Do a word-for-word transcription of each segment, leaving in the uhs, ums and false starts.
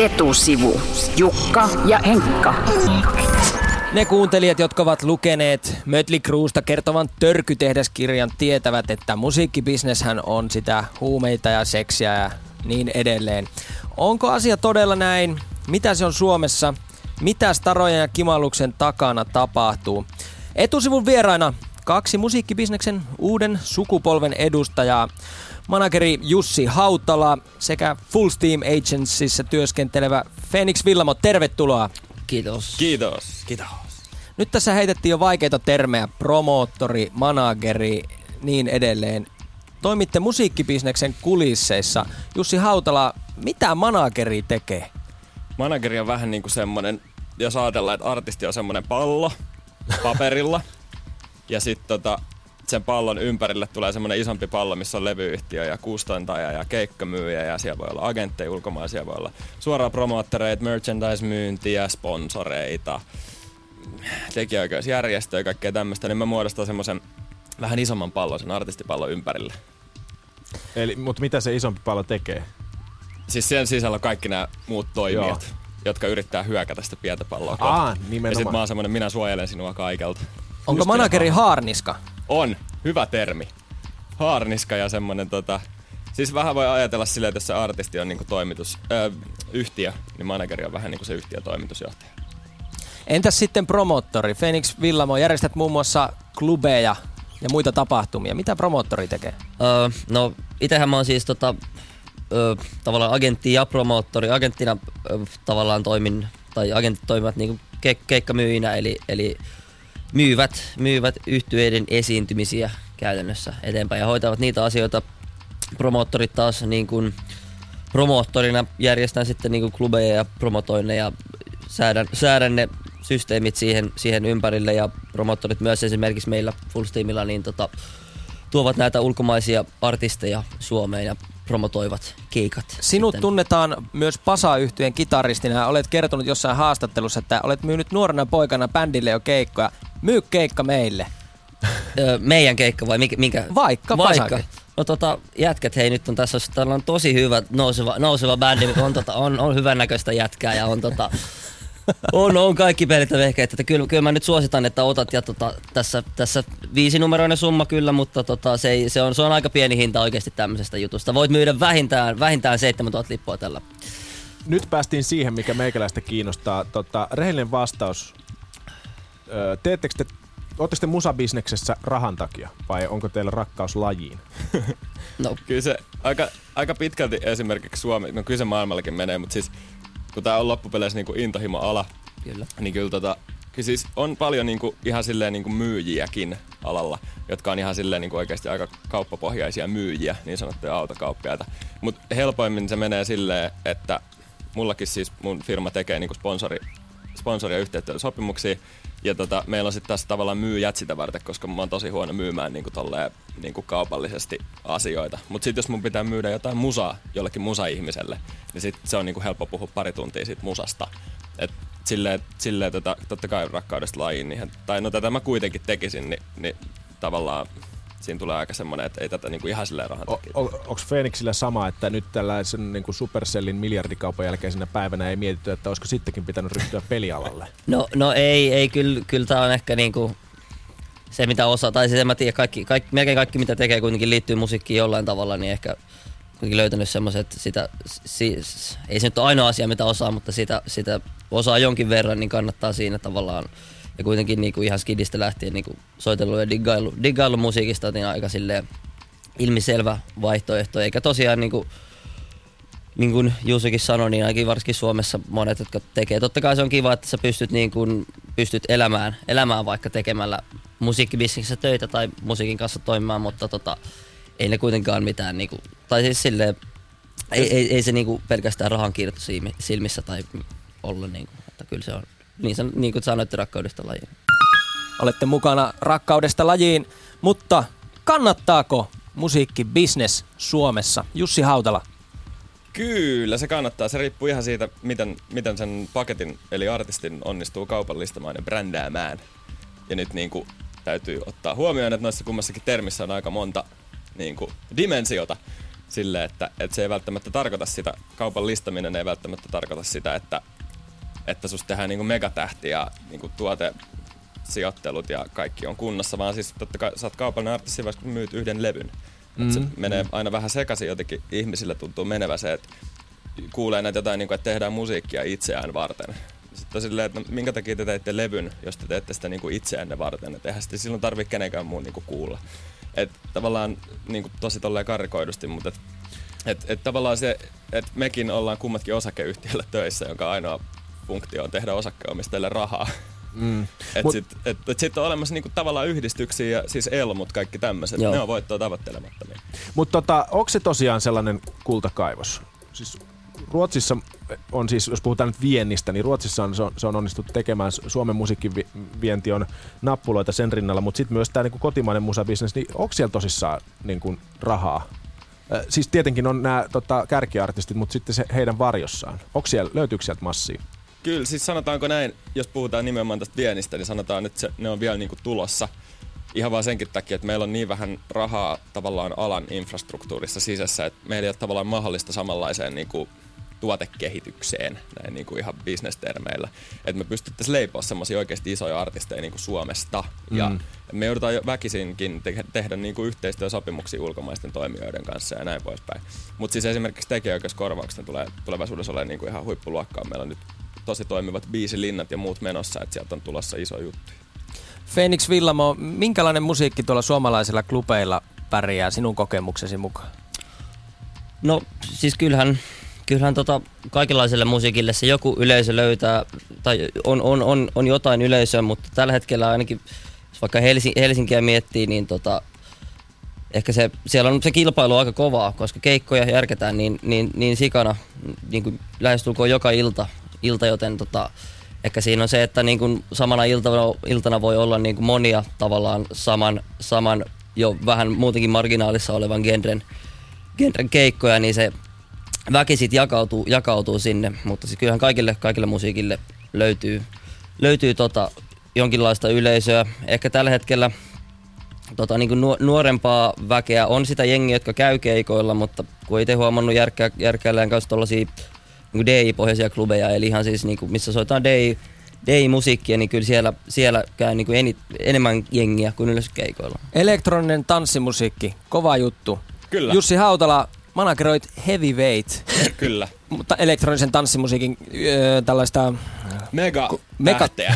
Etusivu. Jukka ja Henkka. Ne kuuntelijat, jotka ovat lukeneet Mötley Crüestä kertovan Törkytehdas-kirjan, tietävät, että musiikkibisneshän on sitä huumeita ja seksiä ja niin edelleen. Onko asia todella näin? Mitä se on Suomessa? Mitä starojen ja kimalluksen takana tapahtuu? Etusivun vieraina kaksi musiikkibisneksen uuden sukupolven edustajaa. Manageri Jussi Hautala sekä Full Steam Agencyssä työskentelevä Phoenix Villamo. Tervetuloa. Kiitos. Kiitos. Kiitos. Nyt tässä heitettiin jo vaikeita termejä, promoottori, manageri, niin edelleen. Toimitte musiikkibisneksen kulisseissa. Jussi Hautala, mitä manageri tekee? Manageri on vähän niinku semmonen, jos ajatellaan, että artisti on semmonen pallo paperilla. Ja sitten tota, sen pallon ympärille tulee semmonen isompi pallo, missä on levyyhtiö ja kustantaja ja keikkamyyjä. Ja siellä voi olla agentteja ulkomaisia, voi olla suoraan promoottoreita, merchandise-myyntiä, sponsoreita, tekijäoikeusjärjestöjä ja kaikkea tämmöistä. Niin mä muodostan semmosen vähän isomman pallon sen artistipallon ympärille. Eli, mutta mitä se isompi pallo tekee? Siis sen sisällä kaikki nämä muut toimijat, Joo. jotka yrittää hyökätä sitä pientä palloa kohtaan. Aa, nimenomaan. Ja sit mä oon semmonen, minä suojelen sinua kaikelta. Onko Just manageri haarniska? On. Hyvä termi. Haarniska ja semmonen tota... Siis vähän voi ajatella silleen, että jos se artisti on niinku toimitus... Öö, yhtiö, niin manageri on vähän niinku se yhtiötoimitusjohtaja. Entäs sitten promoottori? Phoenix Villamo, järjestät muun muassa klubeja ja muita tapahtumia. Mitä promoottori tekee? Öö, no itehän mä oon siis tota, öö, tavallaan agentti ja promoottori. Agenttina öö, tavallaan toimin, tai agentit toimivat niinku ke- keikkamyyjinä, eli, eli myyvät, myyvät yhtyeiden esiintymisiä käytännössä eteenpäin ja hoitavat niitä asioita. Promoottorit taas niin kuin promoottorina järjestän sitten niin kuin klubeja ja promotoin ne ja säädän, säädän ne systeemit siihen, siihen ympärille ja promoottorit myös esimerkiksi meillä Full Steamilla niin tota, tuovat näitä ulkomaisia artisteja Suomeen ja promotoivat keikat. Sinut sitten. tunnetaan myös Pasa-yhtyeen kitaristina ja olet kertonut jossain haastattelussa, että olet myynyt nuorena poikana bändille jo keikkoja. Myy keikka meille. Öö, meidän keikka vai mikä? minkä? Vaikka, Vaikka. Pasakin. No tota, jätkät, hei nyt on tässä, täällä on tosi hyvä nouseva, nouseva bändi, on, tota, on, on hyvän näköistä jätkää ja on tota, on, on kaikki pelit ja vehkeet, että kyllä, kyllä mä nyt suositan, että otat ja tota, tässä, tässä viisinumeroinen summa kyllä, mutta tota, se, ei, se, on, se on aika pieni hinta oikeasti tämmöisestä jutusta. Voit myydä vähintään, vähintään seitsemäntuhatta lippua tällä. Nyt päästiin siihen, mikä meikäläistä kiinnostaa. Tota, rehellinen vastaus. Öö, teettekö te, ootteko te musabisneksessä rahan takia vai onko teillä rakkaus lajiin? No. Kyllä se aika, aika pitkälti esimerkiksi Suomi, no kyllä se maailmallakin menee, mutta siis kun tää on loppupeleissä niinku intohimo-ala, Kyllä. niin kyllä, tota, kyllä siis on paljon niinku, ihan silleen niinku myyjiäkin alalla, jotka on ihan silleen niinku oikeasti aika kauppapohjaisia myyjiä, niin sanottuja autokauppiaita. Mutta helpoimmin se menee silleen, että mullakin siis mun firma tekee niinku sponsori, sponsori- ja yhteistyösopimuksia, ja tota, meillä on sitten tässä tavallaan myyjät sitä varten, koska mä oon tosi huono myymään niinku tolleen, niinku kaupallisesti asioita. Mutta sitten jos mun pitää myydä jotain musaa jollekin musa-ihmiselle, niin sit se on niinku helppo puhua pari tuntia siitä musasta. Et silleen, silleen tota, totta kai rakkaudesta lajiin, niin, tai no tätä mä kuitenkin tekisin, niin, niin tavallaan siinä tulee aika semmoinen, että ei tätä niinku ihan silleen rahan takia. O, o, onko Phoenixillä sama, että nyt tällaisen niin kuin Supercellin miljardikaupan jälkeisenä päivänä ei mietitty, että olisiko sittenkin pitänyt ryhtyä pelialalle? No, no ei, ei kyllä, kyllä tää on ehkä niinku se mitä osaa, tai siis en mä tiedä, kaikki, kaikki, melkein kaikki mitä tekee kuitenkin liittyy musiikkiin jollain tavalla, niin ehkä kuitenkin löytänyt semmoiset, sitä, siis, ei se nyt ole ainoa asia mitä osaa, mutta sitä, sitä osaa jonkin verran, niin kannattaa siinä tavallaan. Ja kuitenkin niinku ihan skidistä lähtien niinku soitellut ja diggailu, diggailu musiikista niin aika silleen ilmiselvä vaihtoehto. Eikä tosiaan niinku, niin kuin Juusokin sanoi, niin ainakin varsinkin Suomessa monet, jotka tekee. Totta kai se on kiva, että sä pystyt, niinku, pystyt elämään, elämään vaikka tekemällä musiikkibisneksessä töitä tai musiikin kanssa toimimaan, mutta tota, ei ne kuitenkaan mitään, niinku, tai siis silleen, ei, ei, ei se niinku pelkästään rahankiirto silmissä tai olla, niinku, että kyllä se on. Niin, niin kuin sanoitte, rakkaudesta lajiin. Olette mukana rakkaudesta lajiin, mutta kannattaako musiikkibisnes Suomessa? Jussi Hautala. Kyllä, se kannattaa. Se riippuu ihan siitä, miten, miten sen paketin, eli artistin onnistuu kaupallistamaan ja brändäämään. Ja nyt niin kuin, täytyy ottaa huomioon, että noissa kummassakin termissä on aika monta niin kuin, dimensiota. silleen, että, että se ei välttämättä tarkoita sitä, kaupan listaminen ei välttämättä tarkoita sitä, että, että susta tehdään niinku megatähti ja niinku tuotesijoittelut ja kaikki on kunnossa, vaan siis totta kai sä oot kaupallinen artisti, vaikka myyt yhden levyn. Mm-hmm. Se menee aina vähän sekaisin, jotenkin ihmisille tuntuu menevä se, että kuulee näitä jotain, niin kuin, että tehdään musiikkia itseään varten. Sitten on silleen, että no, minkä takia te teette levyn, jos te teette sitä niin kuin itseänne varten, että eihän sitten silloin tarvitse kenenkään muun niin kuin kuulla. Että tavallaan niin kuin tosi tolleen karrikoidusti, mutta et, et, et tavallaan se, että mekin ollaan kummatkin osakeyhtiöllä töissä, jonka ainoa funktio on tehdä osakkeenomistajille rahaa. Mm. Että Mut, sitten et, et sit on olemassa niinku tavallaan yhdistyksiä ja siis elmut, kaikki tämmöiset. Ne on voittoa tavoittelemattomia. Mutta tota, onko se tosiaan sellainen kultakaivos? Siis Ruotsissa on siis, jos puhutaan nyt viennistä, niin Ruotsissa on, se, on, se on onnistuttu tekemään. Suomen musiikkivienti on nappuloita sen rinnalla, mutta sitten myös tämä niinku kotimainen musabisnes, niin onko siellä tosissaan niinku rahaa? Äh, siis tietenkin on nämä tota, kärkiartistit, mutta sitten se heidän varjossaan. Onko siellä, löytyykö sieltä massia? Kyllä, siis sanotaanko näin, jos puhutaan nimenomaan tästä viennistä, niin sanotaan, että se, ne on vielä niinku tulossa. Ihan vaan senkin takia, että meillä on niin vähän rahaa tavallaan alan infrastruktuurissa sisässä, että meillä ei ole tavallaan mahdollista samanlaiseen niinku tuotekehitykseen, näin niinku ihan bisnestermeillä. Että me pystyttäisiin leipoa semmoisia oikeasti isoja artisteja niinku Suomesta. Mm. Ja me joudutaan jo väkisinkin te- tehdä niinku yhteistyösopimuksia ulkomaisten toimijoiden kanssa ja näin poispäin. Mutta siis esimerkiksi tekijäoikeuskorvaukset tulee tulevaisuudessa olemaan niinku ihan huippuluokkaa. Meillä on nyt tosi toimivat biisilinnat ja muut menossa, että sieltä on tulossa iso juttu. Phoenix Villamo, minkälainen musiikki tuolla suomalaisilla klubeilla pärjää sinun kokemuksesi mukaan? No siis kyllähän, kyllähän tota, kaikenlaiselle musiikille se joku yleisö löytää, tai on, on, on, on jotain yleisöä, mutta tällä hetkellä ainakin, jos vaikka Helsi, Helsinkiä miettii, niin tota, ehkä se, siellä on se kilpailu aika kovaa, koska keikkoja järketään niin, niin, niin sikana, niin kuin lähestulkoon joka ilta, ilta joten tota, ehkä siinä on se, että niin kuin samana iltana, iltana voi olla niin kuin monia tavallaan saman, saman jo vähän muutenkin marginaalissa olevan genren, genren keikkoja, niin se väki sit jakautuu, jakautuu sinne, mutta siis kyllähän kaikille, kaikille musiikille löytyy, löytyy tota jonkinlaista yleisöä. Ehkä tällä hetkellä tota, niin kuin nuorempaa väkeä on sitä jengiä, jotka käy keikoilla, mutta kun ei te huomannut järkkää, järkkäillään kanssa tollaisia niin D I-pohjaisia klubeja, eli ihan siis niin kuin, missä soitaan D I, D I-musiikkia, niin kyllä siellä, siellä käy niin kuin eni, enemmän jengiä kuin yleensä keikoilla. Elektroninen tanssimusiikki, kova juttu. Kyllä. Jussi Hautala, manageroit Heavyweight. Kyllä. Mutta elektronisen tanssimusiikin öö, tällaista Mega Mega tähteä.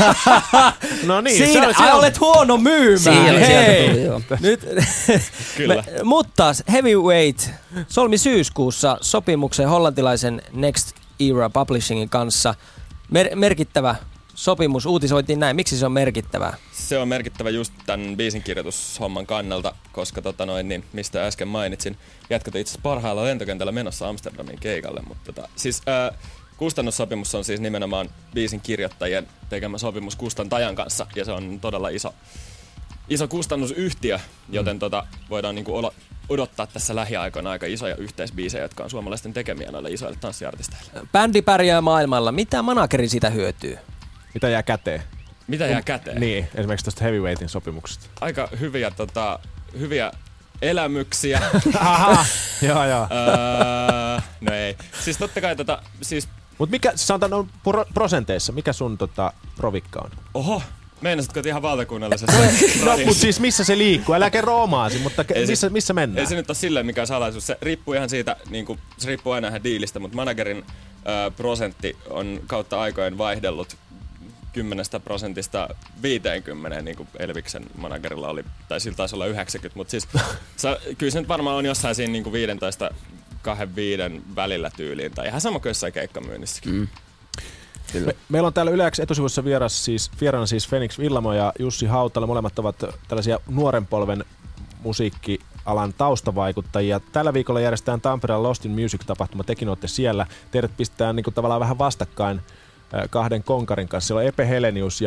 No niin, siinä, se on, ai, olet huono myymään. Siellä, Hei. sieltä tuli, joo. Nyt, Kyllä. Me, mutta Heavyweight solmi syyskuussa sopimuksen hollantilaisen Next Era Publishingin kanssa. Mer- merkittävä sopimus, uutisoitiin näin. Miksi se on merkittävää? Se on merkittävä just tämän biisin kirjoitushomman kannalta, koska tota noin, niin, mistä äsken mainitsin, jätkät itse asiassa parhaalla lentokentällä menossa Amsterdamin keikalle, mutta tota, siis ää, kustannussopimus on siis nimenomaan biisin kirjoittajien tekemä sopimus kustantajan kanssa, ja se on todella iso, iso kustannusyhtiö, joten mm. tota, voidaan niinku odottaa tässä lähiaikoina aika isoja yhteisbiisejä, jotka on suomalaisten tekemiä noille isoille tanssiartisteille. Bändi pärjää maailmalla. Mitä manageri siitä hyötyy? Mitä jää käteen? Mitä jää käteen? Niin, esimerkiksi tuosta Heavyweightin sopimuksesta. Aika hyviä, tota, hyviä elämyksiä. Aha, joo joo. öö, no ei. Siis totta kai tota, siis... Mut mikä, sanotaan on pro- prosenteissa, mikä sun tota, provikka on? Oho, meinasitko ihan valtakunnallisessa No radiossa? mut siis missä se liikkuu? Älä kerro omaasi, mutta ke- Ei missä, se- missä mennään? Ei se nyt ole silleen mikään salaisuus. Se riippuu ihan siitä, niin kuin, se riippuu aina ihan diilistä, mutta managerin ö, prosentti on kautta aikojen vaihdellut kymmenestä prosentista viiteenkymmeneen, niin kuin Elviksen managerilla oli, tai sillä taisi olla yhdeksänkymmentä, mutta siis sä, kyllä se nyt varmaan on jossain siinä niin kuin viisitoista kaksikymmentäviisi välillä tyyliin, tai ihan sama kuin jossain keikkamyynnissäkin. Mm. Me, meillä on täällä Yle X etusivussa vieras siis, vieraana siis Phoenix Villamo ja Jussi Hautala. Molemmat ovat tällaisia nuoren polven musiikkialan taustavaikuttajia. Tällä viikolla järjestetään Tampereella Lost in Music-tapahtuma. Tekin olette siellä. Teidät pistetään niin kuin tavallaan vähän vastakkain kahden konkarin kanssa. Siellä on Epe Helenius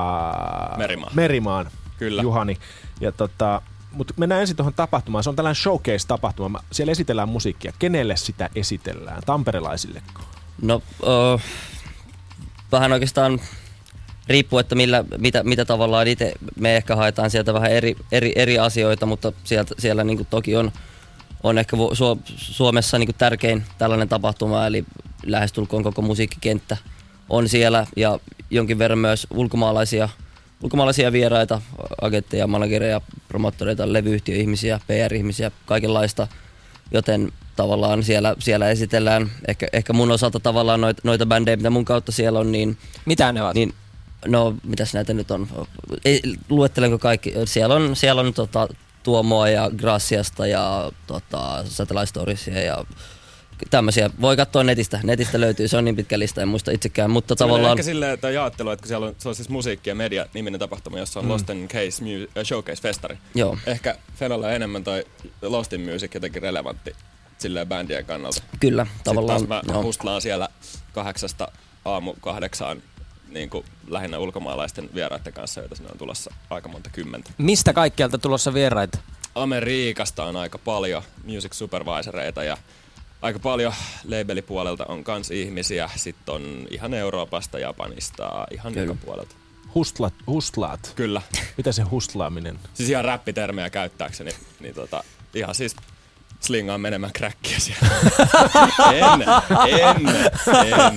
ja Merimaa. Merimaan Kyllä. Juhani. Ja tota, mutta mennään ensin tuohon tapahtumaan. Se on tällainen showcase-tapahtuma. Siellä esitellään musiikkia. Kenelle sitä esitellään? Tamperelaisilleko? No, uh, vähän oikeastaan riippuu, että millä, mitä, mitä tavallaan itse me ehkä haetaan sieltä vähän eri, eri, eri asioita, mutta sieltä, siellä niin kuin toki on, on ehkä Su- Suomessa niin kuin tärkein tällainen tapahtuma, eli lähestulkoon koko musiikkikenttä on siellä ja jonkin verran myös ulkomaalaisia, ulkomaalaisia vieraita, agentteja, managereja, promottoreita, levyyhtiöihmisiä, P R-ihmisiä, kaikenlaista, joten tavallaan siellä, siellä esitellään ehkä, ehkä mun osalta tavallaan noita, noita bändejä, mitä mun kautta siellä on, niin... Mitä ne ovat? Niin, no, mitäs näitä nyt on? Ei, luettelenko kaikki? Siellä on, siellä on tota, Tuomoa ja Graciasta ja tota, Satellite Storiesia ja tämmöisiä. Voi katsoa netistä. Netistä löytyy, se on niin pitkä lista, en muista itsekään, mutta se tavallaan... ehkä silleen, että jaottelu, että siellä on, se on siis musiikki ja media niminen tapahtuma, jossa on mm. Lost in Case mu- Showcase-festari. Joo. Ehkä Fenolla enemmän toi Lost in Music jotenkin relevantti silleen bändien kannalta. Kyllä, tavallaan. Sitten taas mä hustlaan siellä kahdeksasta aamu kahdeksaan niin kuin lähinnä ulkomaalaisten vieraiden kanssa, joita sinne on tulossa aika monta kymmentä. Mistä kaikkialta tulossa vieraita? Amerikasta on aika paljon music supervisoreita ja aika paljon labelipuolelta on kans ihmisiä. Sitten on ihan Euroopasta, Japanista, ihan joka puolelta. Hustlat, hustlaat. Kyllä. Mitä se hustlaaminen? Siis ihan räppitermejä käyttääkseni, niin tota, ihan siis slingaan menemään crackia siellä. en, en, en.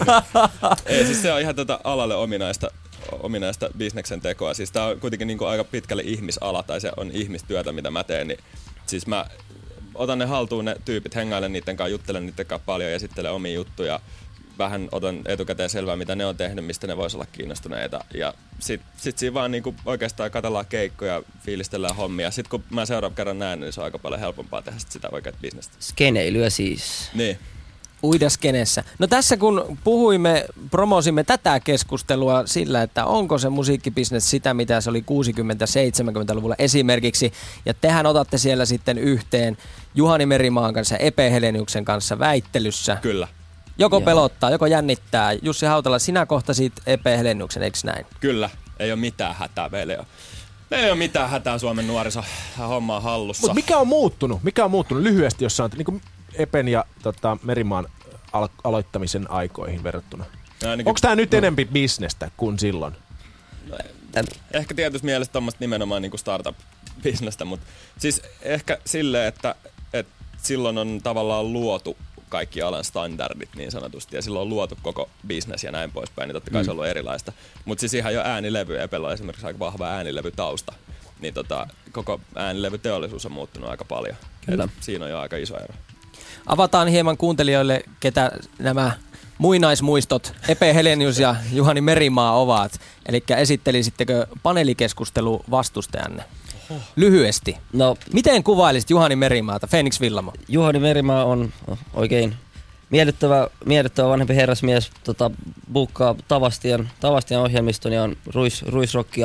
Ei, siis se on ihan tota alalle ominaista, ominaista bisneksen tekoa. Siis tää on kuitenkin niinku aika pitkälle ihmisala, tai se on ihmistyötä, mitä mä teen. Niin, siis mä otan ne haltuun, ne tyypit, hengailen niiden kanssa, juttelen niiden kanssa paljon, esittelen omia juttuja. Vähän otan etukäteen selvää, mitä ne on tehnyt, mistä ne vois olla kiinnostuneita. Ja sit, sit siinä vaan niinku oikeastaan katsellaan keikkoja, fiilistellään hommia. Sit kun mä seuraavan kerran näen, niin se on aika paljon helpompaa tehdä sitä oikeat bisnestä. Skeneilyä siis. Niin. Uida skenessä. No tässä kun puhuimme, promosimme tätä keskustelua sillä, että onko se musiikkibisnes sitä, mitä se oli kuusikymmentä-seitsemänkymmentäluvulla esimerkiksi. Ja tehän otatte siellä sitten yhteen Juhani Merimaan kanssa, Epe Heleniuksen kanssa väittelyssä. Kyllä. Joko Joo. pelottaa, joko jännittää. Jussi Hautala, sinä kohtasit Epe Heleniuksen, eikö näin? Kyllä. Ei ole mitään hätää. Meillä ei ole, meillä ei ole mitään hätää Suomen nuoriso hommaa hallussa. Mut mikä on muuttunut? Mikä on muuttunut lyhyesti, jos sanot, niin kuin Epen ja tota, Merimaan al- aloittamisen aikoihin verrattuna? Ainakin, Onko tämä nyt no. enempi bisnestä kuin silloin? No, ehkä tietysti mielestä tommoista nimenomaan niinku startup-bisnestä, mutta siis ehkä silleen, että, että silloin on tavallaan luotu kaikki alan standardit niin sanotusti, ja silloin on luotu koko business ja näin poispäin, niin totta kai mm. se on ollut erilaista. Mutta siis ihan jo äänilevy, Epellä on esimerkiksi aika vahva äänilevytausta, niin tota, koko äänilevyteollisuus on muuttunut aika paljon. Kyllä. Siinä on jo aika iso ero. Avataan hieman kuuntelijoille, ketä nämä muinaismuistot Epe Helenius ja Juhani Merimaa ovat. Eli esittelisittekö paneelikeskustelu vastustajanne? Oho. Lyhyesti. No, miten kuvailisit Juhani Merimaata, Phoenix Villamo? Juhani Merimaa on oikein miellyttävä, miellyttävä vanhempi herrasmies. Tota, buukkaa Tavastian, Tavastian ohjelmiston ja on ruis, ruisrockia,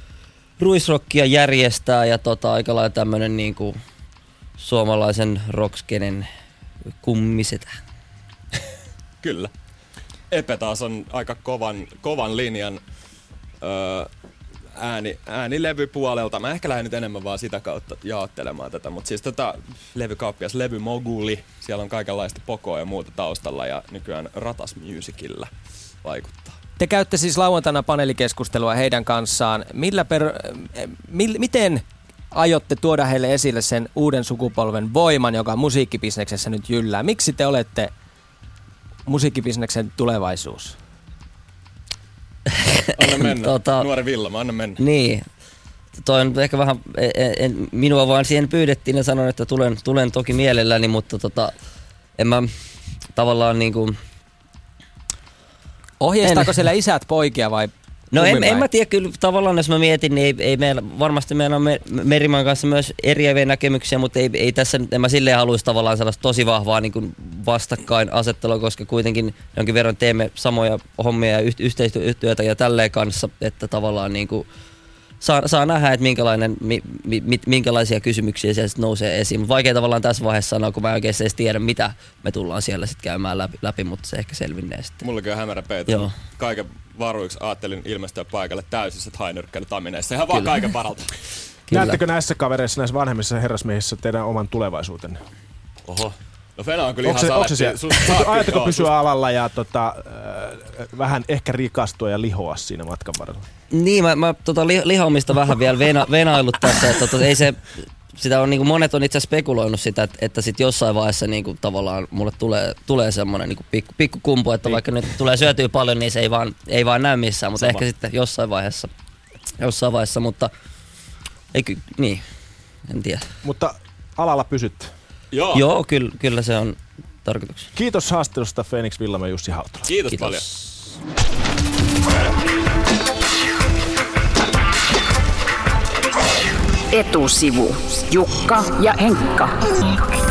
ruisrockia järjestää ja tota, aika lailla tämmönen niinku suomalaisen rockskenen kummisetä. Kyllä. Epe taas on aika kovan, kovan linjan öö, ääni, äänilevypuolelta. Mä ehkä lähden nyt enemmän vaan sitä kautta jaottelemaan tätä, mutta siis tota levykauppias, levymoguli, siellä on kaikenlaista pokoa ja muuta taustalla ja nykyään Ratas Musicilla vaikuttaa. Te käytte siis lauantaina paneelikeskustelua heidän kanssaan. Millä per, mil, miten aiotte tuoda heille esille sen uuden sukupolven voiman, joka musiikkibisneksessä nyt jyllää? Miksi te olette musiikkibisneksen tulevaisuus? Anna mennä, tota, nuori Villamo, anna mennä. Niin, toi on ehkä vähän, en, en, minua vaan siihen pyydettiin ja sanoin, että tulen, tulen toki mielelläni, mutta tota, en mä tavallaan niinku... Ohjeistaako en. siellä isät poikia vai No en, en mä tiedä, kyllä tavallaan jos mä mietin, niin ei, ei meillä, varmasti meillä on Merimaan kanssa myös eriäviä näkemyksiä, mutta ei, ei tässä, en mä silleen haluaisi tavallaan sellaista tosi vahvaa niin kuin vastakkainasettelua, koska kuitenkin jonkin verran teemme samoja hommia ja yhteistyötä ja tälleen kanssa, että tavallaan niin kuin saa, saa nähdä, että minkälainen, mi, mi, minkälaisia kysymyksiä siellä nousee esiin. Mutta vaikea tavallaan tässä vaiheessa sanoa, kun mä en oikein edes tiedä, mitä me tullaan siellä sitten käymään läpi, läpi, mutta se ehkä selvinnee sitten. Mullakin on hämärä peitä. Joo. Kaiken varuiksi ajattelin ilmestyä paikalle täysissä hainyrkkäilytamineissa. Ihan vaan kaiken varalta. Näettekö näissä kavereissa, näissä vanhemmissa herrasmiehissä teidän oman tulevaisuutenne? Oho. No Fena on kyllä onko ihan se, saletti. Ajatteko pysyä alalla ja tota, äh, vähän ehkä rikastua ja lihoa siinä matkan varrella? Niin, mä, mä tota, li, lihoamista vähän vielä vena, venaillut tässä. Että, tota, ei se, sitä on niinku monet on itse spekuloinut sitä, että, että sit jossain vaiheessa niinku tavallaan mulle tulee, tulee semmoinen niinku pikku, pikku kumpu, että vaikka nyt tulee syötyä paljon, niin se ei vaan, ei vaan näy missään, mutta ehkä sitten jossain vaiheessa, jossain vaiheessa, mutta ei ky- niin, en tiedä. Mutta alalla pysyt. Joo. Joo, kyllä, kyllä se on tarkoituksena. Kiitos haastattelusta Phoenix Villama ja Jussi Hautala. Kiitos, Kiitos paljon. Etusivu. Jukka ja Henkka.